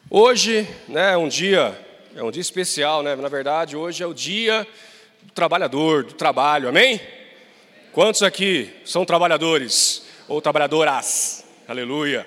Hoje, né, é um dia especial, né? Na verdade, hoje é o dia do trabalhador, do trabalho, amém? Quantos aqui são trabalhadores ou trabalhadoras? Aleluia.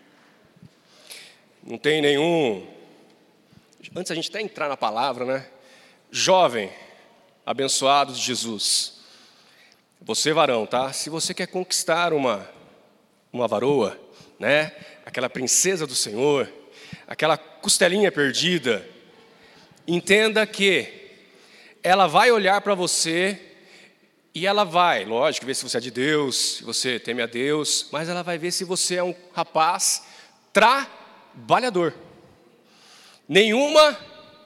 Não tem nenhum... Antes a gente até entrar na palavra, né? Jovem, abençoado de Jesus. Você, varão, tá? Se você quer conquistar uma varoa, né? Aquela princesa do Senhor, aquela costelinha perdida, entenda que ela vai olhar para você e ela vai, lógico, ver se você é de Deus, se você teme a Deus, mas ela vai ver se você é um rapaz trabalhador. Nenhuma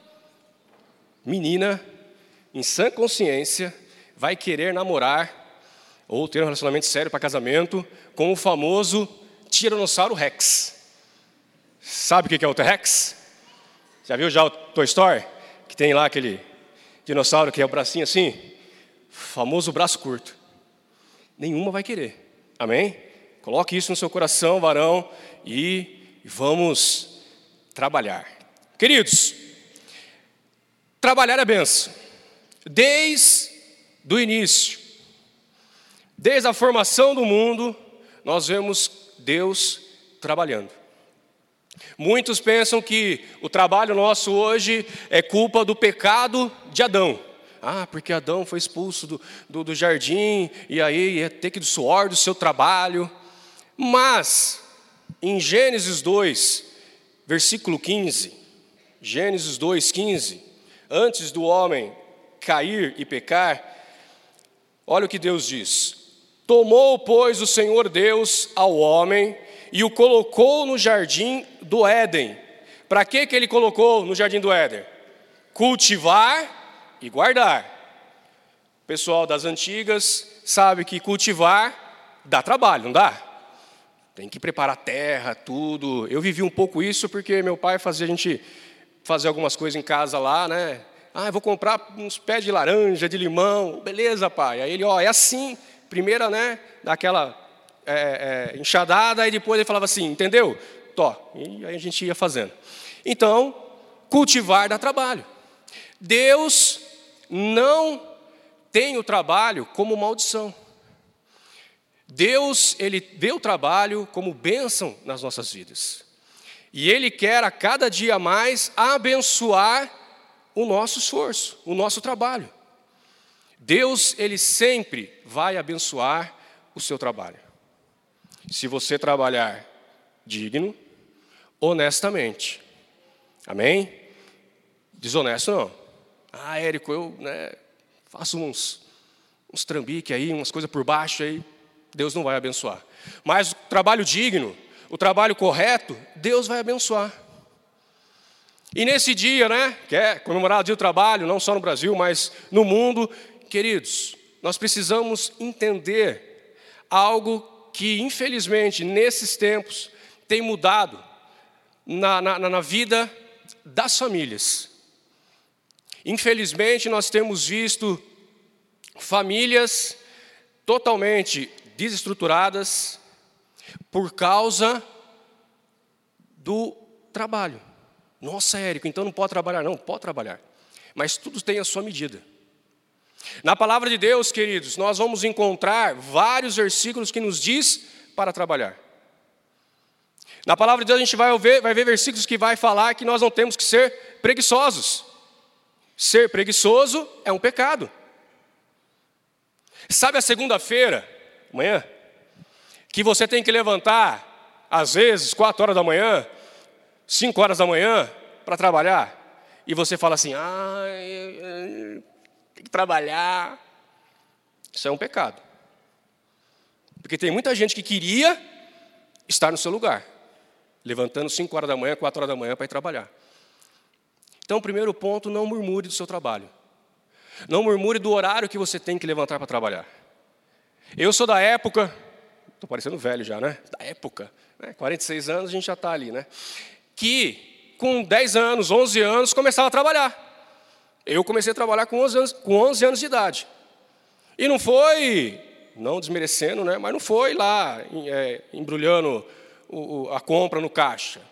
menina em sã consciência vai querer namorar ou ter um relacionamento sério para casamento com o famoso Tiranossauro Rex. Sabe o que é o T-Rex? Já viu já o Toy Story? Que tem lá aquele dinossauro que é o bracinho assim? Famoso braço curto. Nenhuma vai querer. Amém? Coloque isso no seu coração, varão, e vamos trabalhar. Queridos, trabalhar é benção. Desde o início, desde a formação do mundo, nós vemos Deus trabalhando. Muitos pensam que o trabalho nosso hoje é culpa do pecado de Adão. Porque Adão foi expulso do jardim, e aí ia ter que do suor do seu trabalho. Mas, em Gênesis 2, versículo 15, Gênesis 2, 15, antes do homem cair e pecar, olha o que Deus diz. Tomou, pois, o Senhor Deus ao homem e o colocou no jardim do Éden. Para que ele colocou no jardim do Éden? Cultivar e guardar. O pessoal das antigas sabe que cultivar dá trabalho, não dá? Tem que preparar a terra, tudo. Eu vivi um pouco isso porque meu pai fazia a gente fazer algumas coisas em casa lá, né? Eu vou comprar uns pés de laranja, de limão. Beleza, pai. Aí ele, é assim, primeira, né, daquela enxadada, e depois ele falava assim, entendeu? E aí a gente ia fazendo. Então, cultivar dá trabalho. Deus não tem o trabalho como maldição. Deus, Ele vê o trabalho como bênção nas nossas vidas. E Ele quer a cada dia mais abençoar o nosso esforço, o nosso trabalho. Deus, Ele sempre vai abençoar o seu trabalho. Se você trabalhar digno, honestamente. Amém? Desonesto não. Érico, eu faço uns trambiques aí, umas coisas por baixo aí, Deus não vai abençoar. Mas o trabalho digno, o trabalho correto, Deus vai abençoar. E nesse dia, que é comemorar o dia do trabalho, não só no Brasil, mas no mundo, queridos, nós precisamos entender algo que, infelizmente, nesses tempos, tem mudado na vida das famílias. Infelizmente, nós temos visto famílias totalmente desestruturadas por causa do trabalho. Nossa, Érico, então não pode trabalhar? Não, pode trabalhar. Mas tudo tem a sua medida. Na palavra de Deus, queridos, nós vamos encontrar vários versículos que nos diz para trabalhar. Na palavra de Deus a gente vai ver versículos que vai falar que nós não temos que ser preguiçosos. Ser preguiçoso é um pecado. Sabe a segunda-feira, amanhã, que você tem que levantar, às vezes, 4 horas da manhã, 5 horas da manhã, para trabalhar, e você fala assim, tem que trabalhar. Isso é um pecado. Porque tem muita gente que queria estar no seu lugar, levantando 5 horas da manhã, 4 horas da manhã para ir trabalhar. Então, primeiro ponto, não murmure do seu trabalho. Não murmure do horário que você tem que levantar para trabalhar. Eu sou da época, estou parecendo velho já, né? Da época, 46 anos a gente já está ali, né? Que com 10 anos, 11 anos, começava a trabalhar. Eu comecei a trabalhar com 11 anos de idade. E não foi, não desmerecendo, mas não foi lá embrulhando a compra no caixa.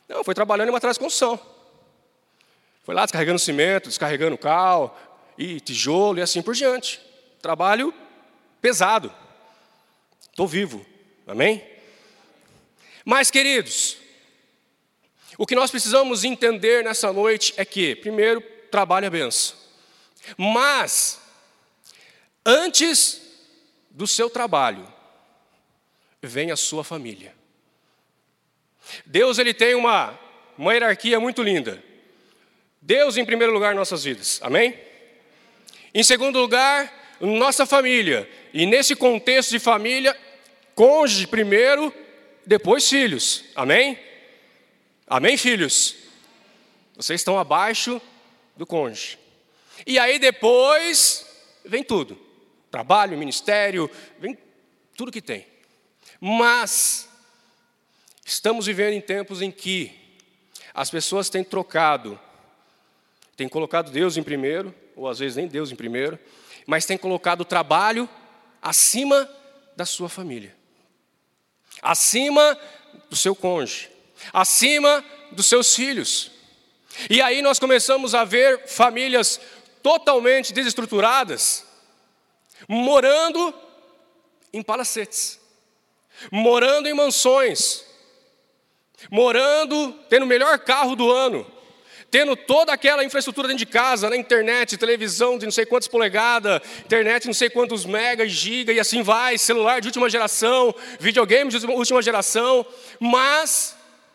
Não, foi trabalhando em materiais de construção. Foi lá descarregando cimento, descarregando cal, e tijolo e assim por diante. Trabalho pesado. Estou vivo. Amém? Mas, queridos, o que nós precisamos entender nessa noite é que, primeiro, trabalho é benção. Mas, antes do seu trabalho, vem a sua família. Deus, ele tem uma hierarquia muito linda. Deus em primeiro lugar em nossas vidas, amém? Em segundo lugar, nossa família. E nesse contexto de família, cônjuge primeiro, depois filhos, amém? Amém, filhos? Vocês estão abaixo do cônjuge. E aí depois vem tudo. Trabalho, ministério, vem tudo que tem. Mas estamos vivendo em tempos em que as pessoas têm colocado Deus em primeiro, ou às vezes nem Deus em primeiro, mas têm colocado o trabalho acima da sua família. Acima do seu cônjuge. Acima dos seus filhos. E aí nós começamos a ver famílias totalmente desestruturadas, morando em palacetes, morando em mansões, tendo o melhor carro do ano, tendo toda aquela infraestrutura dentro de casa, na internet, televisão de não sei quantas polegadas, internet de não sei quantos mega e giga, e assim vai, celular de última geração, videogame de última geração, mas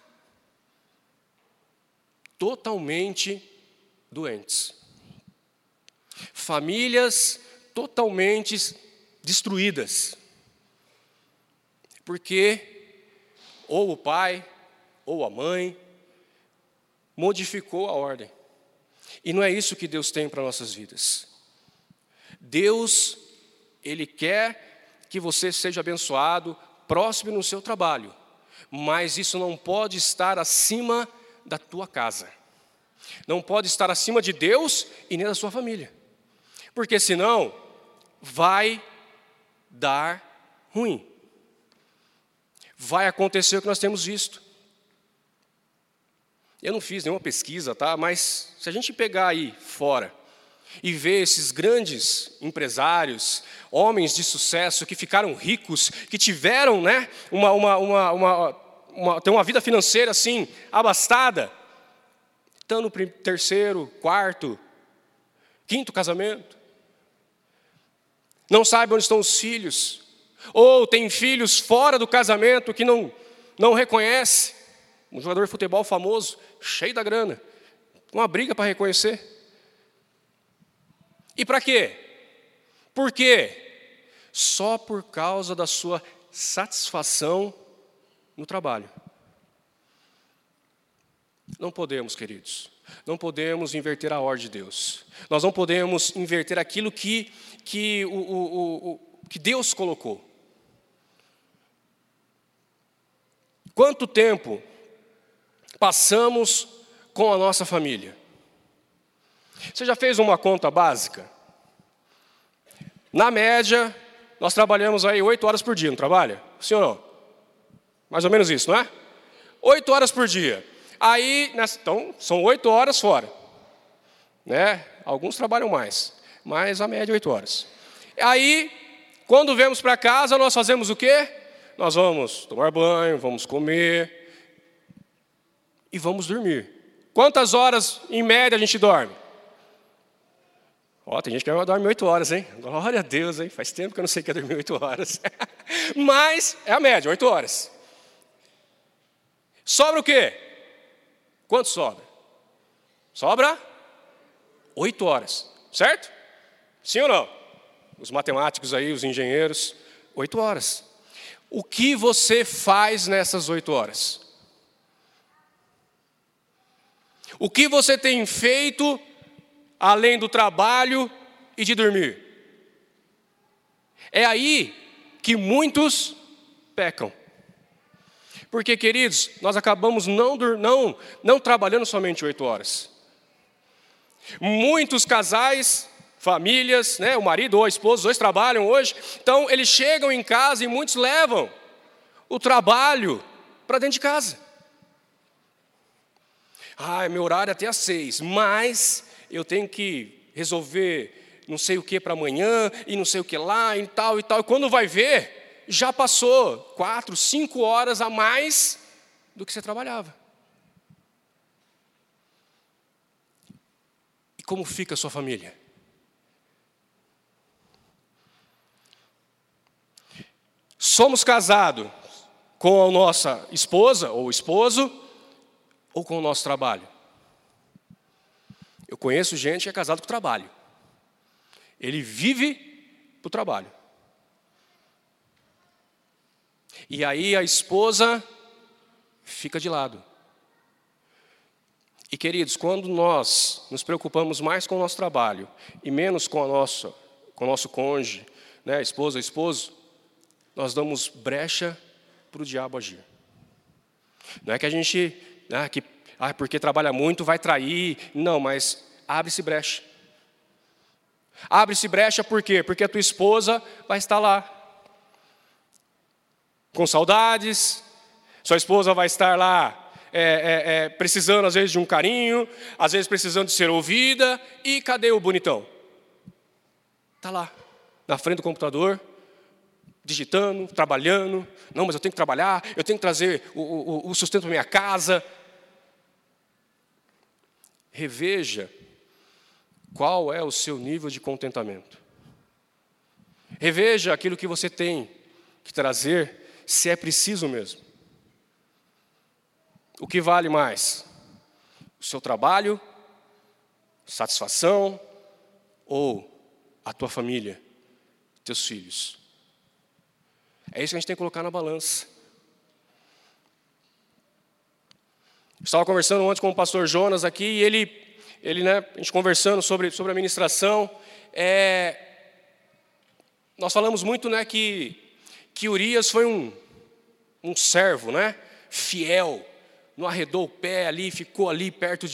totalmente doentes. Famílias totalmente destruídas. Porque ou o pai, ou a mãe, modificou a ordem. E não é isso que Deus tem para nossas vidas. Deus, Ele quer que você seja abençoado, próspero no seu trabalho. Mas isso não pode estar acima da tua casa. Não pode estar acima de Deus e nem da sua família. Porque senão, vai dar ruim. Vai acontecer o que nós temos visto. Eu não fiz nenhuma pesquisa, tá? Mas se a gente pegar aí fora e ver esses grandes empresários, homens de sucesso que ficaram ricos, que tiveram, né, ter uma vida financeira assim abastada, estão no terceiro, quarto, quinto casamento, não sabe onde estão os filhos, ou tem filhos fora do casamento que não reconhece. Um jogador de futebol famoso, cheio da grana, uma briga para reconhecer. E para quê? Por quê? Só por causa da sua satisfação no trabalho. Não podemos, queridos. Não podemos inverter a ordem de Deus. Nós não podemos inverter aquilo que Deus colocou. Quanto tempo passamos com a nossa família? Você já fez uma conta básica? Na média, nós trabalhamos aí 8 horas por dia, não trabalha? Sim ou não? Mais ou menos isso, não é? 8 horas por dia. Aí, então, são 8 horas fora. Né? Alguns trabalham mais, mas a média é 8 horas. Aí, quando vemos para casa, nós fazemos o quê? Nós vamos tomar banho, vamos comer e vamos dormir. Quantas horas, em média, a gente dorme? Tem gente que dorme 8 horas, hein? Glória a Deus, hein? Faz tempo que eu não sei o que é dormir 8 horas. Mas é a média, 8 horas. Sobra o quê? Quanto sobra? Sobra 8 horas, certo? Sim ou não? Os matemáticos aí, os engenheiros, 8 horas. O que você faz nessas 8 horas? O que você tem feito além do trabalho e de dormir? É aí que muitos pecam. Porque, queridos, nós acabamos não trabalhando somente 8 horas. Muitos casais, famílias, né, o marido ou a esposa, os dois trabalham hoje, então eles chegam em casa e muitos levam o trabalho para dentro de casa. Meu horário é até às 6, mas eu tenho que resolver não sei o que para amanhã, e não sei o que lá, e tal, e tal. E quando vai ver, já passou 4, 5 horas a mais do que você trabalhava. E como fica a sua família? Somos casados com a nossa esposa ou esposo, ou com o nosso trabalho? Eu conheço gente que é casado com o trabalho. Ele vive para o trabalho. E aí a esposa fica de lado. E queridos, quando nós nos preocupamos mais com o nosso trabalho e menos com o nosso cônjuge, né, esposa, esposo, nós damos brecha para o diabo agir. Não é que a gente, porque trabalha muito, vai trair. Não, mas abre-se brecha. Abre-se brecha por quê? Porque a tua esposa vai estar lá, com saudades, sua esposa vai estar lá, precisando às vezes de um carinho, às vezes precisando de ser ouvida, e cadê o bonitão? Está lá, na frente do computador, digitando, trabalhando. Não, mas eu tenho que trabalhar, eu tenho que trazer o sustento para minha casa. Reveja qual é o seu nível de contentamento. Reveja aquilo que você tem que trazer, se é preciso mesmo. O que vale mais? O seu trabalho, satisfação, ou a tua família, teus filhos? É isso que a gente tem que colocar na balança. Estava conversando ontem com o pastor Jonas aqui, e ele, a gente conversando sobre a ministração, nós falamos muito, que Urias foi um servo, fiel, não arredou o pé ali, ficou ali perto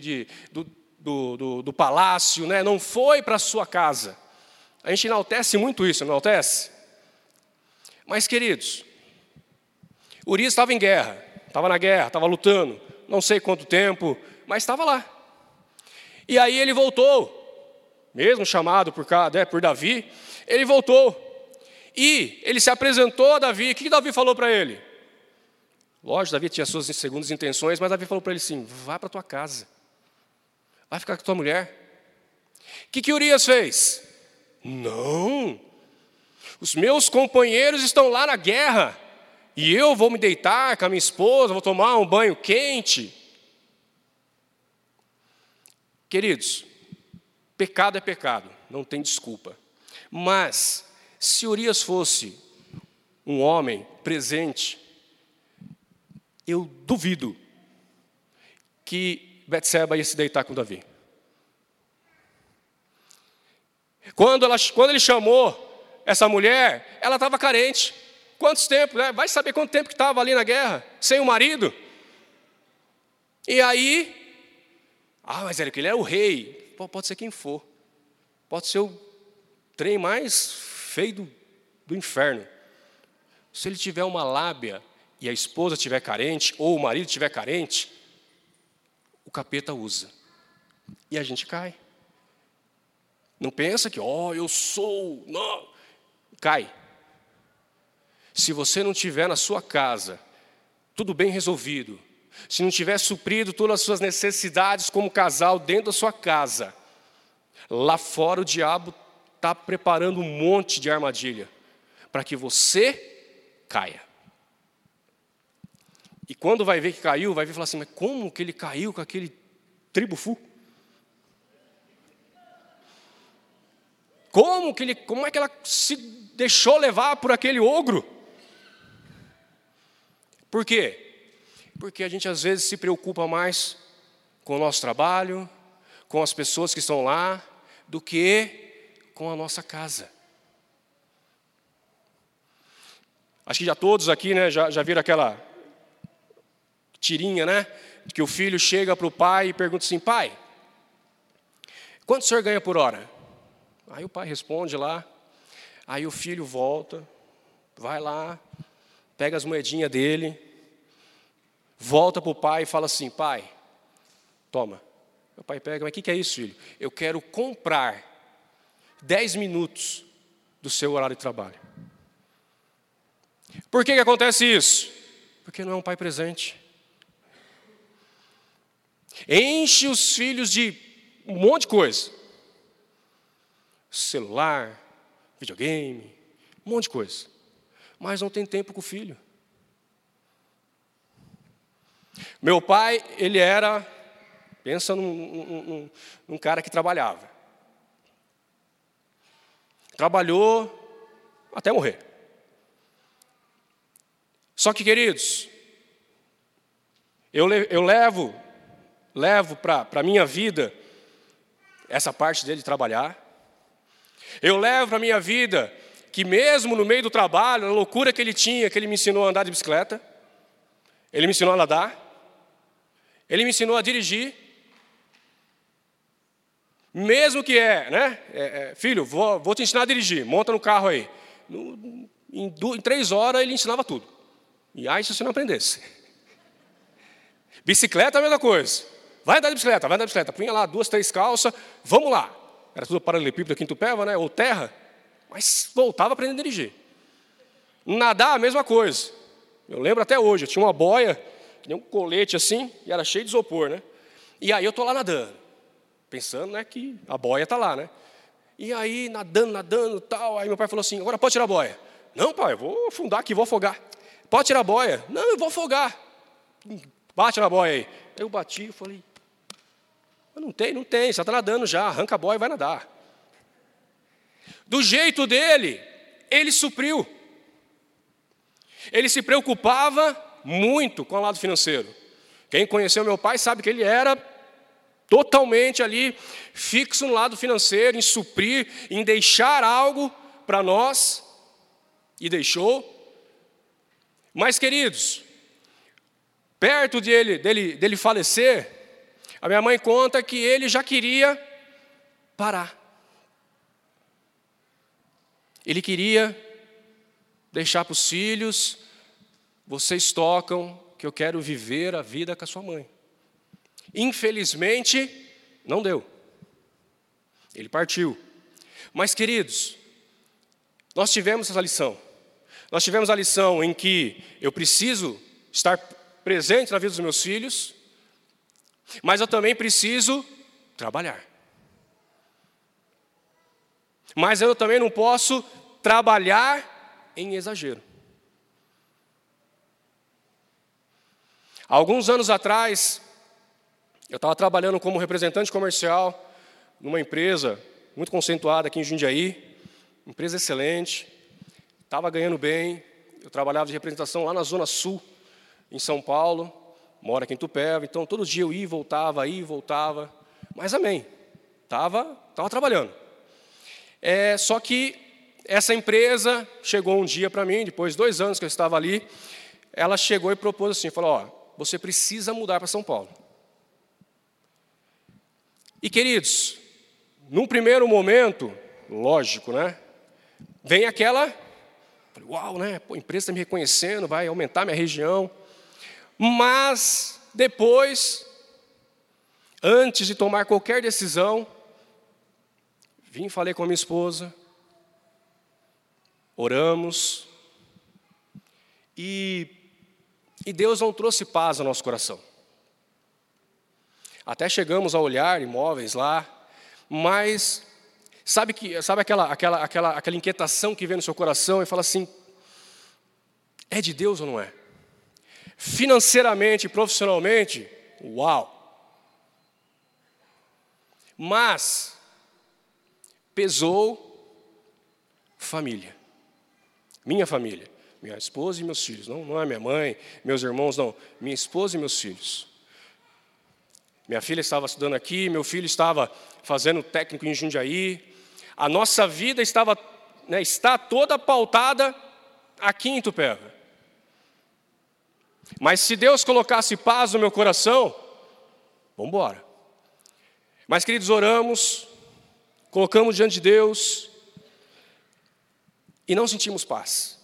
do palácio, não foi para a sua casa. A gente enaltece muito isso, não enaltece? Mas, queridos, Urias estava em guerra, estava na guerra, estava lutando, não sei quanto tempo, mas estava lá. E aí ele voltou, mesmo chamado por Davi, ele voltou. E ele se apresentou a Davi. O que Davi falou para ele? Lógico, Davi tinha suas segundas intenções, mas Davi falou para ele assim: vá para tua casa, vai ficar com tua mulher. O que Urias fez? Não, os meus companheiros estão lá na guerra, e eu vou me deitar com a minha esposa, vou tomar um banho quente. Queridos, pecado é pecado, não tem desculpa. Mas, se Urias fosse um homem presente, eu duvido que Betseba ia se deitar com Davi. Quando ele chamou essa mulher, ela estava carente. Quantos tempos, Vai saber quanto tempo que estava ali na guerra, sem o marido. E aí, mas ele é o rei. Pode ser quem for. Pode ser o trem mais feio do inferno. Se ele tiver uma lábia e a esposa estiver carente, ou o marido estiver carente, o capeta usa. E a gente cai. Não pensa que, eu sou... Não. Cai. Se você não tiver na sua casa tudo bem resolvido, se não tiver suprido todas as suas necessidades como casal dentro da sua casa, lá fora o diabo está preparando um monte de armadilha para que você caia. E quando vai ver que caiu, vai vir falar assim: mas como que ele caiu com aquele tribufu? Como é que ela se deixou levar por aquele ogro? Por quê? Porque a gente às vezes se preocupa mais com o nosso trabalho, com as pessoas que estão lá, do que com a nossa casa. Acho que já todos aqui, já viram aquela tirinha, que o filho chega para o pai e pergunta assim: pai, quanto o senhor ganha por hora? Aí o pai responde lá, aí o filho volta, vai lá, pega as moedinhas dele, volta para o pai e fala assim: pai, Toma. Meu pai pega, mas o que é isso, filho? Eu quero comprar 10 minutos do seu horário de trabalho. Por que acontece isso? Porque não é um pai presente. Enche os filhos de um monte de coisa. Celular, videogame, um monte de coisa. Mas não tem tempo com o filho. Meu pai, ele era, pensa num cara que trabalhava. Trabalhou até morrer. Só que, queridos, eu levo para a minha vida essa parte dele trabalhar. Eu levo para a minha vida que mesmo no meio do trabalho, a loucura que ele tinha, que ele me ensinou a andar de bicicleta, ele me ensinou a nadar, ele me ensinou a dirigir, mesmo que filho, vou te ensinar a dirigir, monta no carro aí. Em 3 horas ele ensinava tudo. E aí se você não aprendesse. Bicicleta é a mesma coisa. Vai andar de bicicleta. Punha lá 2, 3 calças, vamos lá. Era tudo paralelepípedo aqui em Itupeva, né? Ou terra. Mas voltava aprendendo a dirigir. Nadar, a mesma coisa. Eu lembro até hoje, eu tinha uma boia, tinha um colete assim, e era cheio de isopor, né? E aí eu estou lá nadando, pensando, né, que a boia está lá, né? E aí, nadando, tal. Aí meu pai falou assim, agora pode tirar a boia. Não, pai, eu vou afundar aqui, vou afogar. Pode tirar a boia. Não, eu vou afogar. Bate na boia aí. Aí eu bati, falei, não tem, você está nadando já, arranca a boia e vai nadar. Do jeito dele, ele supriu. Ele se preocupava muito com o lado financeiro. Quem conheceu meu pai sabe que ele era totalmente ali fixo no lado financeiro, em suprir, em deixar algo para nós, e deixou. Mas, queridos, perto dele falecer, a minha mãe conta que ele já queria parar. Ele queria deixar para os filhos, vocês tocam, que eu quero viver a vida com a sua mãe. Infelizmente, não deu. Ele partiu. Mas, queridos, nós tivemos essa lição. Nós tivemos a lição em que eu preciso estar presente na vida dos meus filhos, mas eu também preciso trabalhar. Mas eu também não posso trabalhar em exagero. Há alguns anos atrás, eu estava trabalhando como representante comercial numa empresa muito conceituada aqui em Jundiaí, empresa excelente, estava ganhando bem. Eu trabalhava de representação lá na Zona Sul, em São Paulo, moro aqui em Itupeva, então todo dia eu ia e voltava, mas amém, estava trabalhando. Só que essa empresa chegou um dia para mim, depois de 2 anos que eu estava ali, ela chegou e propôs assim, falou, você precisa mudar para São Paulo. E, queridos, num primeiro momento, lógico, né? Vem aquela, uau, né? Pô, a empresa está me reconhecendo, vai aumentar minha região. Mas, depois, antes de tomar qualquer decisão, vim e falei com a minha esposa, oramos, e Deus não trouxe paz ao nosso coração. Até chegamos a olhar imóveis lá, mas sabe aquela inquietação que vem no seu coração e fala assim, é de Deus ou não é? Financeiramente, profissionalmente, uau! Mas pesou família, minha família, minha esposa e meus filhos, não é minha mãe, meus irmãos, não, minha esposa e meus filhos. Minha filha estava estudando aqui, meu filho estava fazendo técnico em Jundiaí. A nossa vida está toda pautada aqui em Itupeva. Mas se Deus colocasse paz no meu coração, vamos embora. Mas, queridos, oramos, colocamos diante de Deus e não sentimos paz.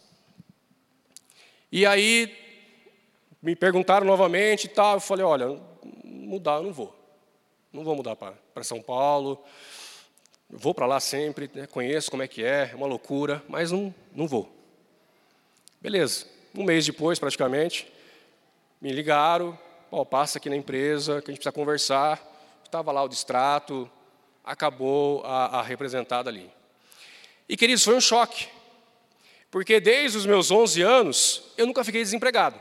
E aí me perguntaram novamente e tal, eu falei, olha, mudar eu não vou. Não vou mudar para São Paulo. Vou para lá sempre, né? Conheço como é uma loucura, mas não vou. Beleza. Um mês depois, praticamente, me ligaram, passa aqui na empresa, que a gente precisa conversar. Estava lá o distrato, acabou a representada ali. E, queridos, foi um choque, porque desde os meus 11 anos, eu nunca fiquei desempregado.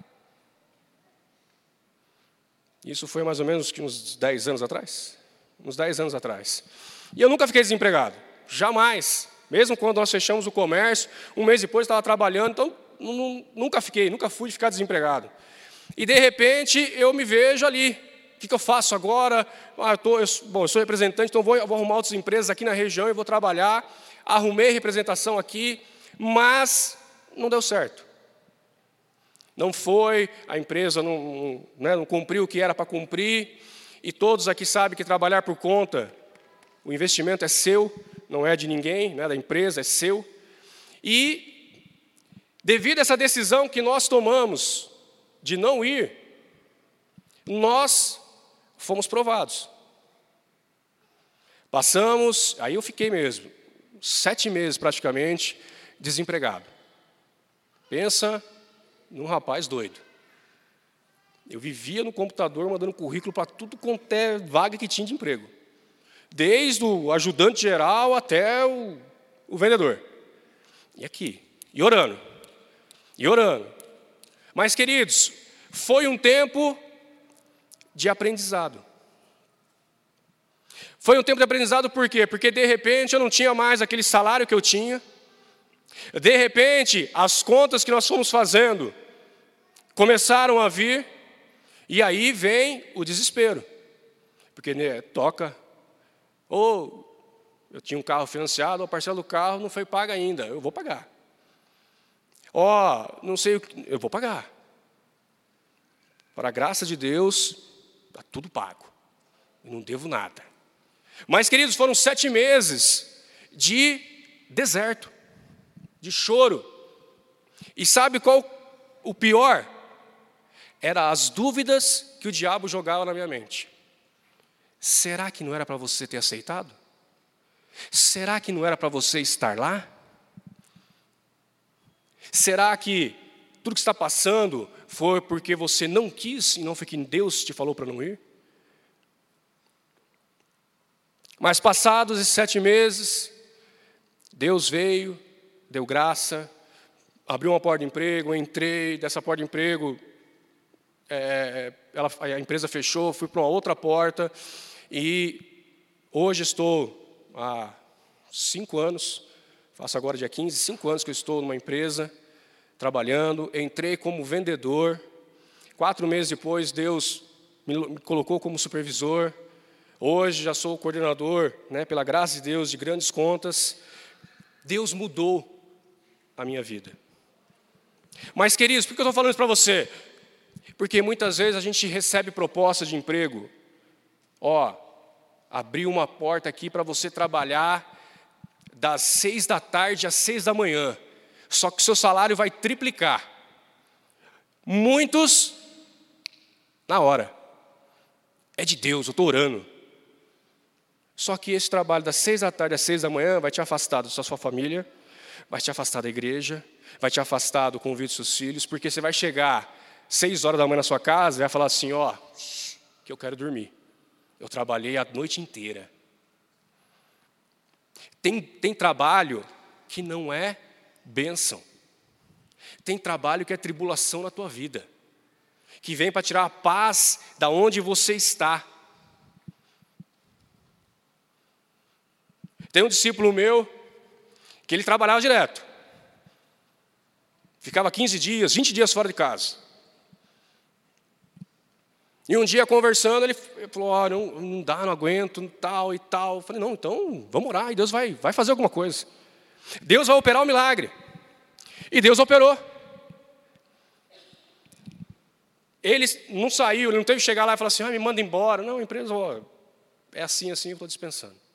Isso foi mais ou menos uns 10 anos atrás. Uns 10 anos atrás. E eu nunca fiquei desempregado. Jamais. Mesmo quando nós fechamos o comércio, um mês depois estava trabalhando, então nunca fui de ficar desempregado. E, de repente, eu me vejo ali. O que eu faço agora? Eu sou representante, então vou arrumar outras empresas aqui na região e vou trabalhar. Arrumei representação aqui, mas não deu certo. Não foi, a empresa não cumpriu o que era para cumprir, e todos aqui sabem que trabalhar por conta, o investimento é seu, não é de ninguém, não é da empresa, é seu. E, devido a essa decisão que nós tomamos de não ir, nós fomos provados. Passamos, aí eu fiquei mesmo, 7 meses praticamente, desempregado. Pensa num rapaz doido. Eu vivia no computador mandando currículo para tudo quanto é vaga que tinha de emprego. Desde o ajudante geral até o vendedor. E aqui, e orando. Mas, queridos, foi um tempo de aprendizado. Foi um tempo de aprendizado por quê? Porque, de repente, eu não tinha mais aquele salário que eu tinha. De repente, as contas que nós fomos fazendo começaram a vir, e aí vem o desespero. Porque toca, eu tinha um carro financiado, a parcela do carro não foi paga ainda, eu vou pagar. Não sei o que, eu vou pagar. Para a graça de Deus, está tudo pago. Eu não devo nada. Mas, queridos, foram 7 meses de deserto, de choro. E sabe qual o pior? Era as dúvidas que o diabo jogava na minha mente. Será que não era para você ter aceitado? Será que não era para você estar lá? Será que tudo que está passando foi porque você não quis e não foi que Deus te falou para não ir? Mas passados esses 7 meses, Deus veio, deu graça, abriu uma porta de emprego, eu entrei, dessa porta de emprego, a empresa fechou, fui para uma outra porta, e hoje estou há 5 anos, faço agora dia 15, 5 anos que eu estou numa empresa, trabalhando, entrei como vendedor, 4 meses depois Deus me colocou como supervisor, hoje já sou coordenador, pela graça de Deus, de grandes contas. Deus mudou a minha vida. Mas, queridos, por que eu estou falando isso para você? Porque muitas vezes a gente recebe propostas de emprego. Abriu uma porta aqui para você trabalhar das 6 da tarde às 6 da manhã. Só que o seu salário vai triplicar. Muitos, na hora. É de Deus, eu estou orando. Só que esse trabalho das 6 da tarde às 6 da manhã vai te afastar da sua família, vai te afastar da igreja, vai te afastar do convite dos seus filhos, porque você vai chegar 6 horas da manhã na sua casa e vai falar assim, que eu quero dormir. Eu trabalhei a noite inteira. Tem trabalho que não é bênção. Tem trabalho que é tribulação na tua vida, que vem para tirar a paz da onde você está. Tem um discípulo meu que ele trabalhava direto. Ficava 15 dias, 20 dias fora de casa. E um dia conversando, ele falou, não dá, não aguento, tal e tal. Eu falei, não, então vamos orar, e Deus vai fazer alguma coisa. Deus vai operar o milagre. E Deus operou. Ele não saiu, ele não teve que chegar lá e falar assim, me manda embora. Não, a empresa, é assim, eu estou dispensando.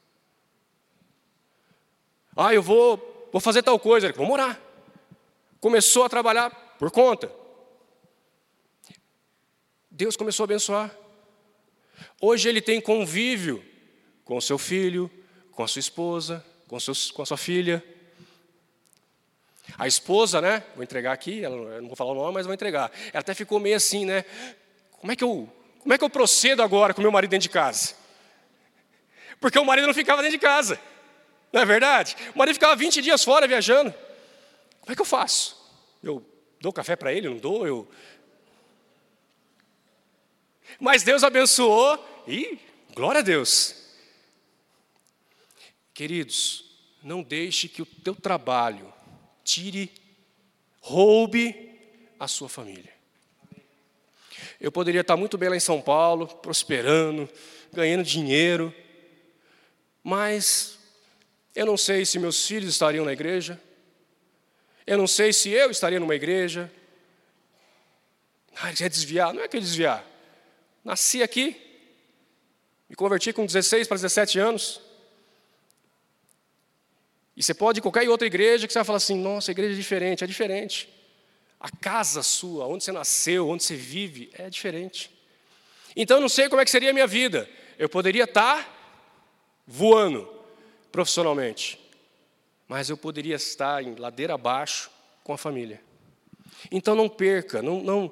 Eu vou fazer tal coisa. Ele, vamos orar. Começou a trabalhar por conta. Deus começou a abençoar. Hoje ele tem convívio com o seu filho, com a sua esposa, com a sua filha. A esposa, né? Vou entregar aqui, eu não vou falar o nome, mas vou entregar. Ela até ficou meio assim, né? Como é que eu procedo agora com o meu marido dentro de casa? Porque o marido não ficava dentro de casa. Não é verdade? O marido ficava 20 dias fora viajando. Como é que eu faço? Eu dou café para ele? Não dou? Mas Deus abençoou e glória a Deus. Queridos, não deixe que o teu trabalho roube a sua família. Eu poderia estar muito bem lá em São Paulo, prosperando, ganhando dinheiro, mas eu não sei se meus filhos estariam na igreja, eu não sei se eu estaria numa igreja. Quer desviar? Não é que desviar. Nasci aqui, me converti com 16 para 17 anos. E você pode ir em qualquer outra igreja que você vai falar assim, nossa, a igreja é diferente. É diferente. A casa sua, onde você nasceu, onde você vive, é diferente. Então eu não sei como é que seria a minha vida. Eu poderia estar voando profissionalmente, mas eu poderia estar em ladeira abaixo com a família. Então não perca,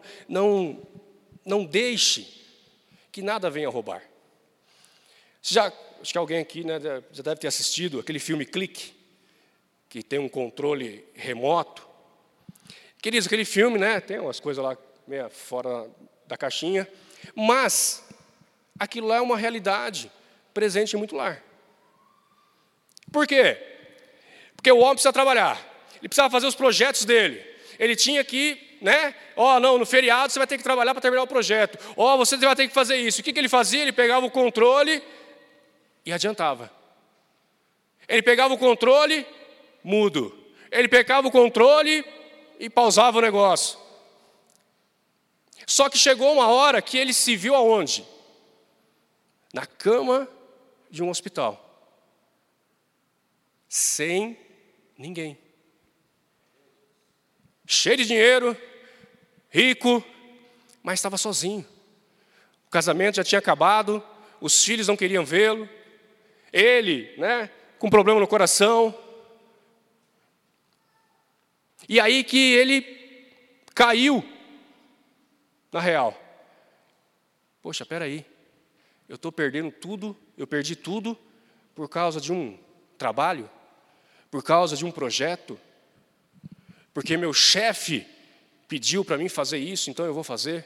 não deixe que nada venha roubar. Acho que alguém aqui, né, já deve ter assistido aquele filme Clique, que tem um controle remoto. Queridos, aquele filme, né, tem umas coisas lá meio fora da caixinha, mas aquilo lá é uma realidade presente em muito lar. Por quê? Porque o homem precisa trabalhar, ele precisava fazer os projetos dele, ele tinha que, né, no feriado você vai ter que trabalhar para terminar o projeto, você vai ter que fazer isso. O que ele fazia? Ele pegava o controle e adiantava. Ele pegava o controle, mudo. Ele pegava o controle e pausava o negócio. Só que chegou uma hora que ele se viu aonde? Na cama de um hospital. Sem ninguém. Cheio de dinheiro, rico, mas estava sozinho. O casamento já tinha acabado, os filhos não queriam vê-lo. Ele, né, com problema no coração. E aí que ele caiu na real. Poxa, peraí, eu estou perdendo tudo, eu perdi tudo por causa de um trabalho, por causa de um projeto, porque meu chefe pediu para mim fazer isso, então eu vou fazer.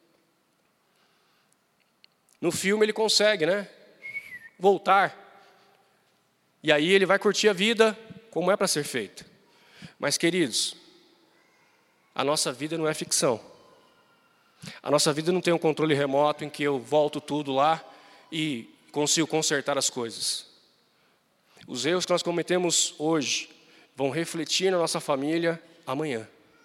No filme ele consegue, né, voltar. E aí ele vai curtir a vida como é para ser feita. Mas, queridos, a nossa vida não é ficção. A nossa vida não tem um controle remoto em que eu volto tudo lá e consigo consertar as coisas. Os erros que nós cometemos hoje vão refletir na nossa família amanhã.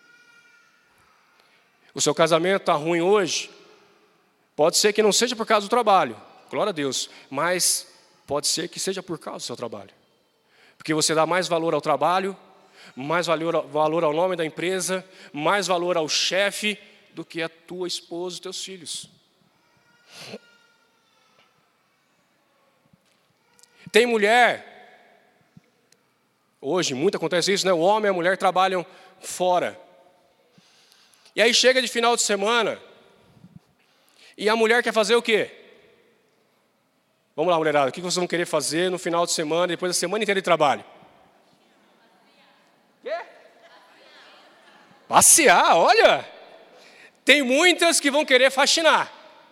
O seu casamento está ruim hoje, pode ser que não seja por causa do trabalho, glória a Deus, mas pode ser que seja por causa do seu trabalho. Porque você dá mais valor ao trabalho, mais valor ao nome da empresa, mais valor ao chefe do que a tua esposa e teus filhos. Tem mulher, hoje muito acontece isso, né? O homem e a mulher trabalham fora. E aí chega de final de semana, e a mulher quer fazer o quê? Vamos lá, mulherada, o que vocês vão querer fazer no final de semana, depois da semana inteira de trabalho? Quê? Passear, olha! Tem muitas que vão querer faxinar.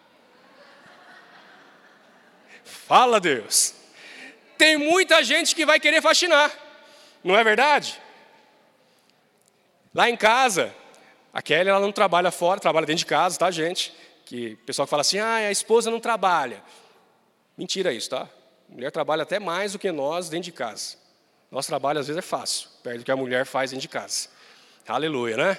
Fala, Deus. Tem muita gente que vai querer faxinar, não é verdade? Lá em casa, a Kelly, ela não trabalha fora, trabalha dentro de casa, tá, gente? Que o pessoal que fala assim, a esposa não trabalha. Mentira isso, tá? A mulher trabalha até mais do que nós dentro de casa. Nosso trabalho, às vezes, é fácil, perto do que a mulher faz dentro de casa. Aleluia, né?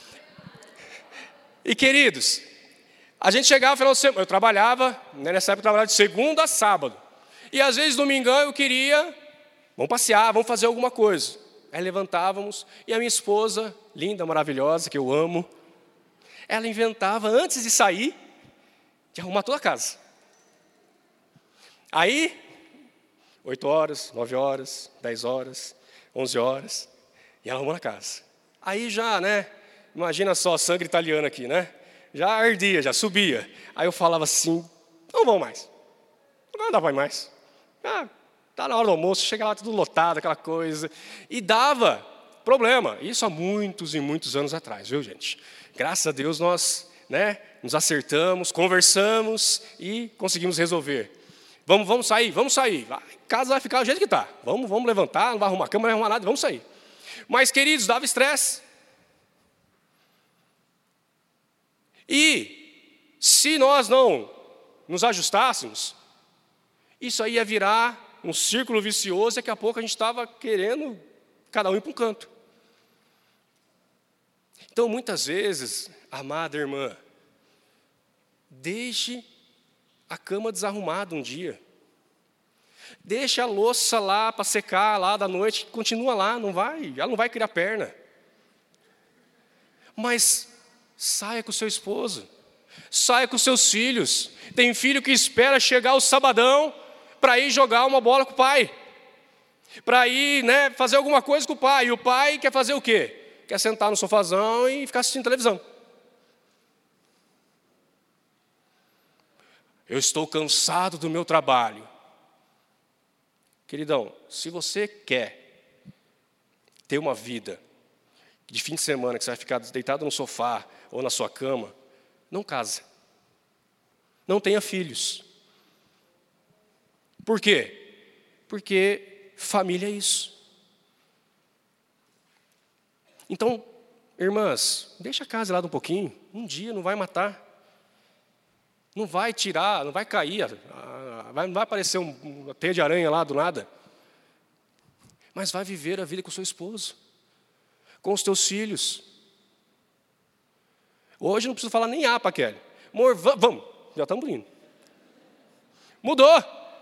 E, queridos, a gente chegava no final de semana, eu trabalhava, né, nessa época eu trabalhava de segunda a sábado. E, às vezes, domingão eu queria, vamos passear, vamos fazer alguma coisa. Aí levantávamos, e a minha esposa, linda, maravilhosa, que eu amo, ela inventava, antes de sair, de arrumar toda a casa. Aí, 8 horas, 9 horas, 10 horas, 11 horas, e ela arrumando a casa. Aí já, né, imagina só, sangue italiano aqui, né? Já ardia, já subia. Aí eu falava assim, não vão mais. Não dá para ir mais. Tá na hora do almoço, chega lá tudo lotado, aquela coisa. E dava problema. Isso há muitos e muitos anos atrás, viu, gente? Graças a Deus nós, né, nos acertamos, conversamos e conseguimos resolver. Vamos sair, vamos sair. A casa vai ficar do jeito que está. Vamos levantar, não vai arrumar cama, não vai arrumar nada, vamos sair. Mas, queridos, dava estresse. E se nós não nos ajustássemos, isso aí ia virar um círculo vicioso e daqui a pouco a gente estava querendo cada um ir para um canto. Então, muitas vezes, amada irmã, deixe a cama desarrumada um dia. Deixe a louça lá para secar lá da noite, continua lá, ela não vai criar perna. Mas saia com o seu esposo, saia com os seus filhos. Tem filho que espera chegar o sabadão para ir jogar uma bola com o pai, para ir, né, fazer alguma coisa com o pai. E o pai quer fazer o quê? Quer sentar no sofazão e ficar assistindo televisão. Eu estou cansado do meu trabalho. Queridão, se você quer ter uma vida de fim de semana, que você vai ficar deitado no sofá ou na sua cama, não case. Não tenha filhos. Por quê? Porque família é isso. Então, irmãs, deixa a casa lá um pouquinho. Um dia não vai matar. Não vai tirar, não vai cair. Não vai aparecer uma teia de aranha lá do nada. Mas vai viver a vida com o seu esposo. Com os teus filhos. Hoje não preciso falar nem para Kelly. Amor, vamos. Já estamos indo. Mudou.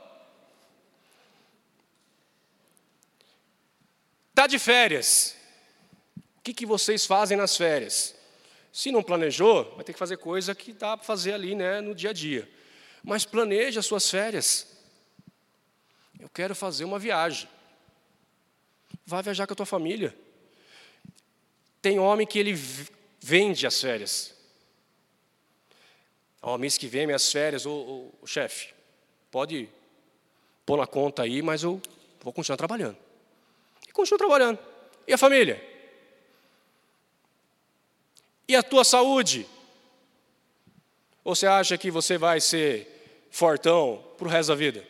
Está de férias. O que vocês fazem nas férias? Se não planejou, vai ter que fazer coisa que dá para fazer ali, né, no dia a dia. Mas planeje as suas férias. Eu quero fazer uma viagem. Vá viajar com a tua família. Tem homem que ele vende as férias. Mês que vem, minhas férias, o chefe, pode pôr na conta aí, mas eu vou continuar trabalhando. E continua trabalhando. E a família? E a tua saúde? Ou você acha que você vai ser fortão para o resto da vida?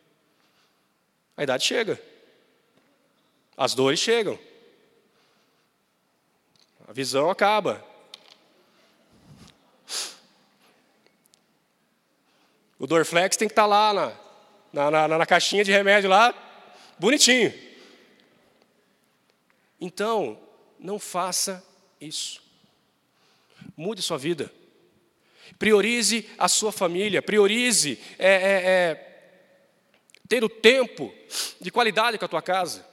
A idade chega. As dores chegam. A visão acaba. O Dorflex tem que estar lá na caixinha de remédio lá, bonitinho. Então, não faça isso. Mude sua vida. Priorize a sua família. Priorize ter o tempo de qualidade com a tua casa.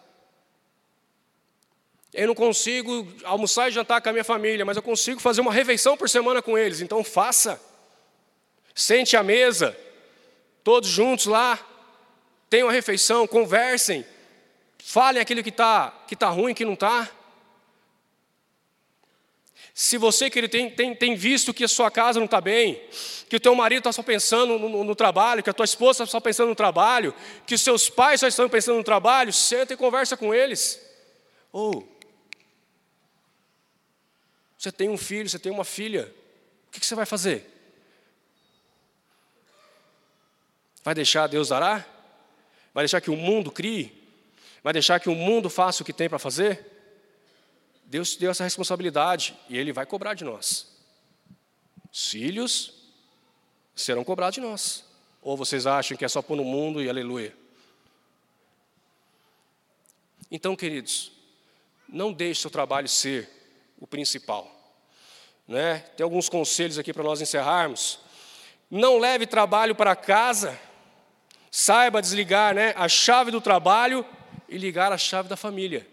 Eu não consigo almoçar e jantar com a minha família, mas eu consigo fazer uma refeição por semana com eles. Então faça. Sente à mesa, todos juntos lá, tenham uma refeição, conversem, falem aquilo que tá ruim, que não está. Se você que ele tem visto que a sua casa não está bem, que o teu marido está só pensando no trabalho, que a tua esposa está só pensando no trabalho, que os seus pais só estão pensando no trabalho, senta e conversa com eles. Você tem um filho, você tem uma filha, o que você vai fazer? Vai deixar Deus dará? Vai deixar que o mundo crie? Vai deixar que o mundo faça o que tem para fazer? Deus deu essa responsabilidade e Ele vai cobrar de nós. Os filhos serão cobrados de nós. Ou vocês acham que é só pôr no mundo e aleluia? Então, queridos, não deixe seu trabalho ser o principal. Né? Tem alguns conselhos aqui para nós encerrarmos. Não leve trabalho para casa. Saiba desligar, né, a chave do trabalho e ligar a chave da família.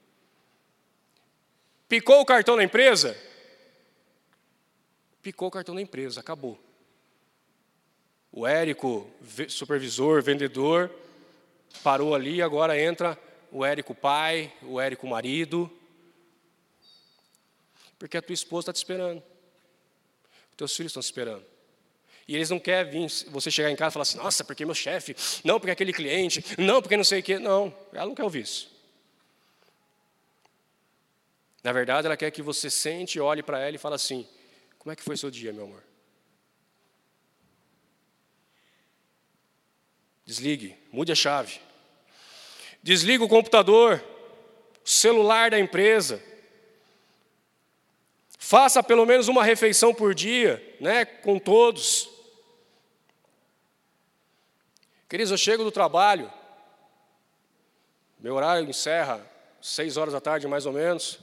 Picou o cartão da empresa? Picou o cartão da empresa, acabou. O Érico, supervisor, vendedor, parou ali, agora entra o Érico pai, o Érico marido. Porque a tua esposa está te esperando. Os teus filhos estão te esperando. E eles não querem vir, você chegar em casa e falar assim, nossa, porque meu chefe, não, porque aquele cliente, não, porque não sei o quê. Não, ela não quer ouvir isso. Na verdade, ela quer que você sente, olhe para ela e fale assim, como é que foi o seu dia, meu amor? Desligue, mude a chave. Desliga o computador, o celular da empresa. Faça pelo menos uma refeição por dia, né, com todos. Queridos, eu chego do trabalho, meu horário encerra 6 horas da tarde, mais ou menos.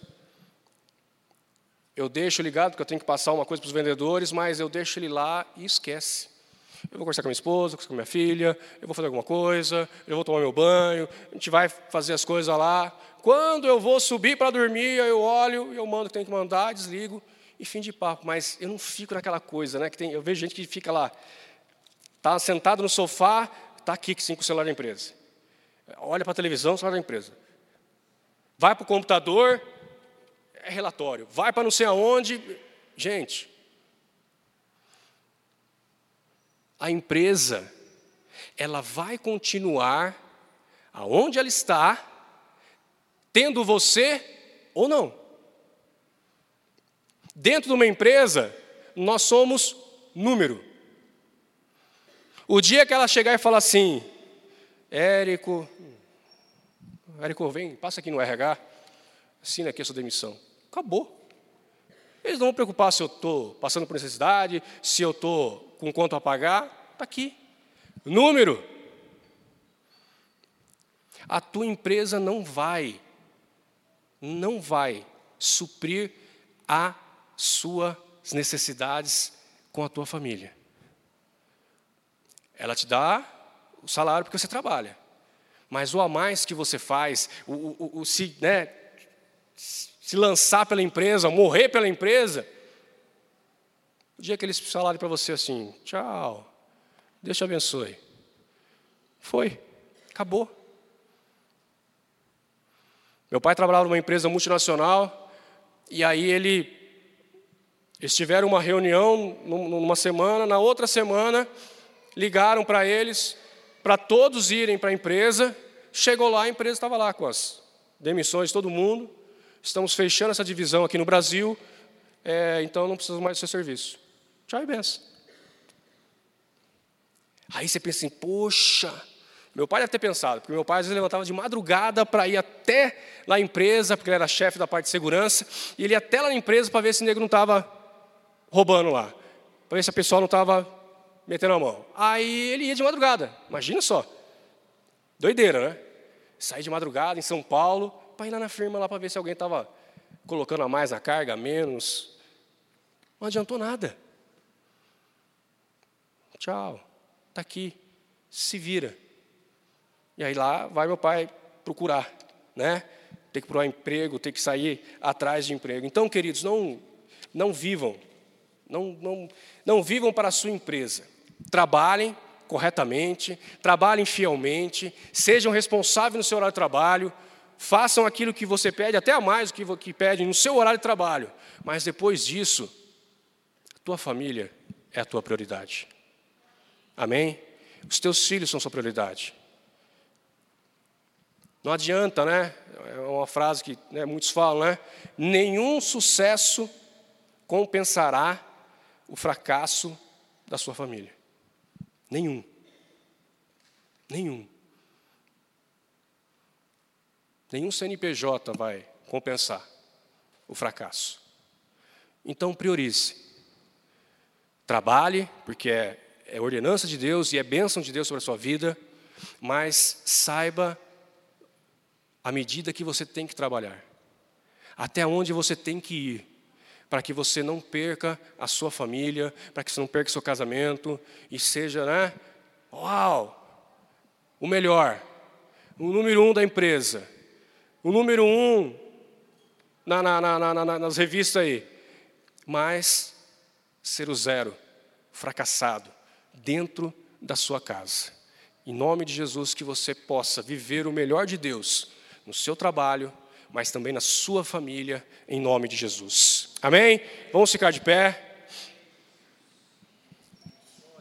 Eu deixo ligado, porque eu tenho que passar uma coisa para os vendedores, mas eu deixo ele lá e esquece. Eu vou conversar com a minha esposa, com a minha filha, eu vou fazer alguma coisa, eu vou tomar meu banho, a gente vai fazer as coisas lá. Quando eu vou subir para dormir, eu olho, eu mando o que tem que mandar, desligo e fim de papo. Mas eu não fico naquela coisa, né? Eu vejo gente que fica lá, está sentado no sofá, está aqui com o celular da empresa. Olha para a televisão, o celular da empresa. Vai para o computador, é relatório. Vai para não sei aonde. Gente, a empresa, ela vai continuar aonde ela está, tendo você ou não. Dentro de uma empresa, nós somos número. O dia que ela chegar e falar assim, Érico, vem, passa aqui no RH, assina aqui a sua demissão. Acabou. Eles não vão preocupar se eu estou passando por necessidade, se eu estou com quanto a pagar, está aqui. Número. A tua empresa não vai suprir as suas necessidades com a tua família. Ela te dá o salário porque você trabalha. Mas o a mais que você faz, se lançar pela empresa, morrer pela empresa, o dia que eles falarem para você assim, tchau, Deus te abençoe. Foi, acabou. Meu pai trabalhava numa empresa multinacional, e aí eles tiveram uma reunião numa semana, na outra semana, ligaram para eles, para todos irem para a empresa. Chegou lá, a empresa estava lá com as demissões de todo mundo. Estamos fechando essa divisão aqui no Brasil, então não precisamos mais do seu serviço. Tchau e benção. Aí você pensa assim, poxa, meu pai deve ter pensado, porque meu pai às vezes levantava de madrugada para ir até lá na empresa, porque ele era chefe da parte de segurança, e ele ia até lá na empresa para ver se o nego não estava roubando lá, para ver se a pessoa não estava metendo a mão. Aí ele ia de madrugada, imagina só, doideira, né? Sair de madrugada em São Paulo, para ir lá na firma lá para ver se alguém estava colocando a mais na carga, a menos. Não adiantou nada. Tchau, está aqui, se vira. E aí lá vai meu pai procurar, né? Tem que procurar emprego, tem que sair atrás de emprego. Então, queridos, não vivam para a sua empresa. Trabalhem corretamente, trabalhem fielmente, sejam responsáveis no seu horário de trabalho, façam aquilo que você pede, até a mais do que pede no seu horário de trabalho. Mas depois disso, a tua família é a tua prioridade. Amém? Os teus filhos são sua prioridade. Não adianta, né? É uma frase que muitos falam, né? Nenhum sucesso compensará o fracasso da sua família. Nenhum. Nenhum CNPJ vai compensar o fracasso. Então, priorize. Trabalhe, porque é ordenança de Deus e é bênção de Deus sobre a sua vida, mas saiba a medida que você tem que trabalhar, até onde você tem que ir, para que você não perca a sua família, para que você não perca o seu casamento, e seja, o melhor, o número 1 da empresa, o número 1 nas revistas aí, mas ser o 0, fracassado, dentro da sua casa. Em nome de Jesus, que você possa viver o melhor de Deus no seu trabalho, mas também na sua família, em nome de Jesus. Amém? Vamos ficar de pé.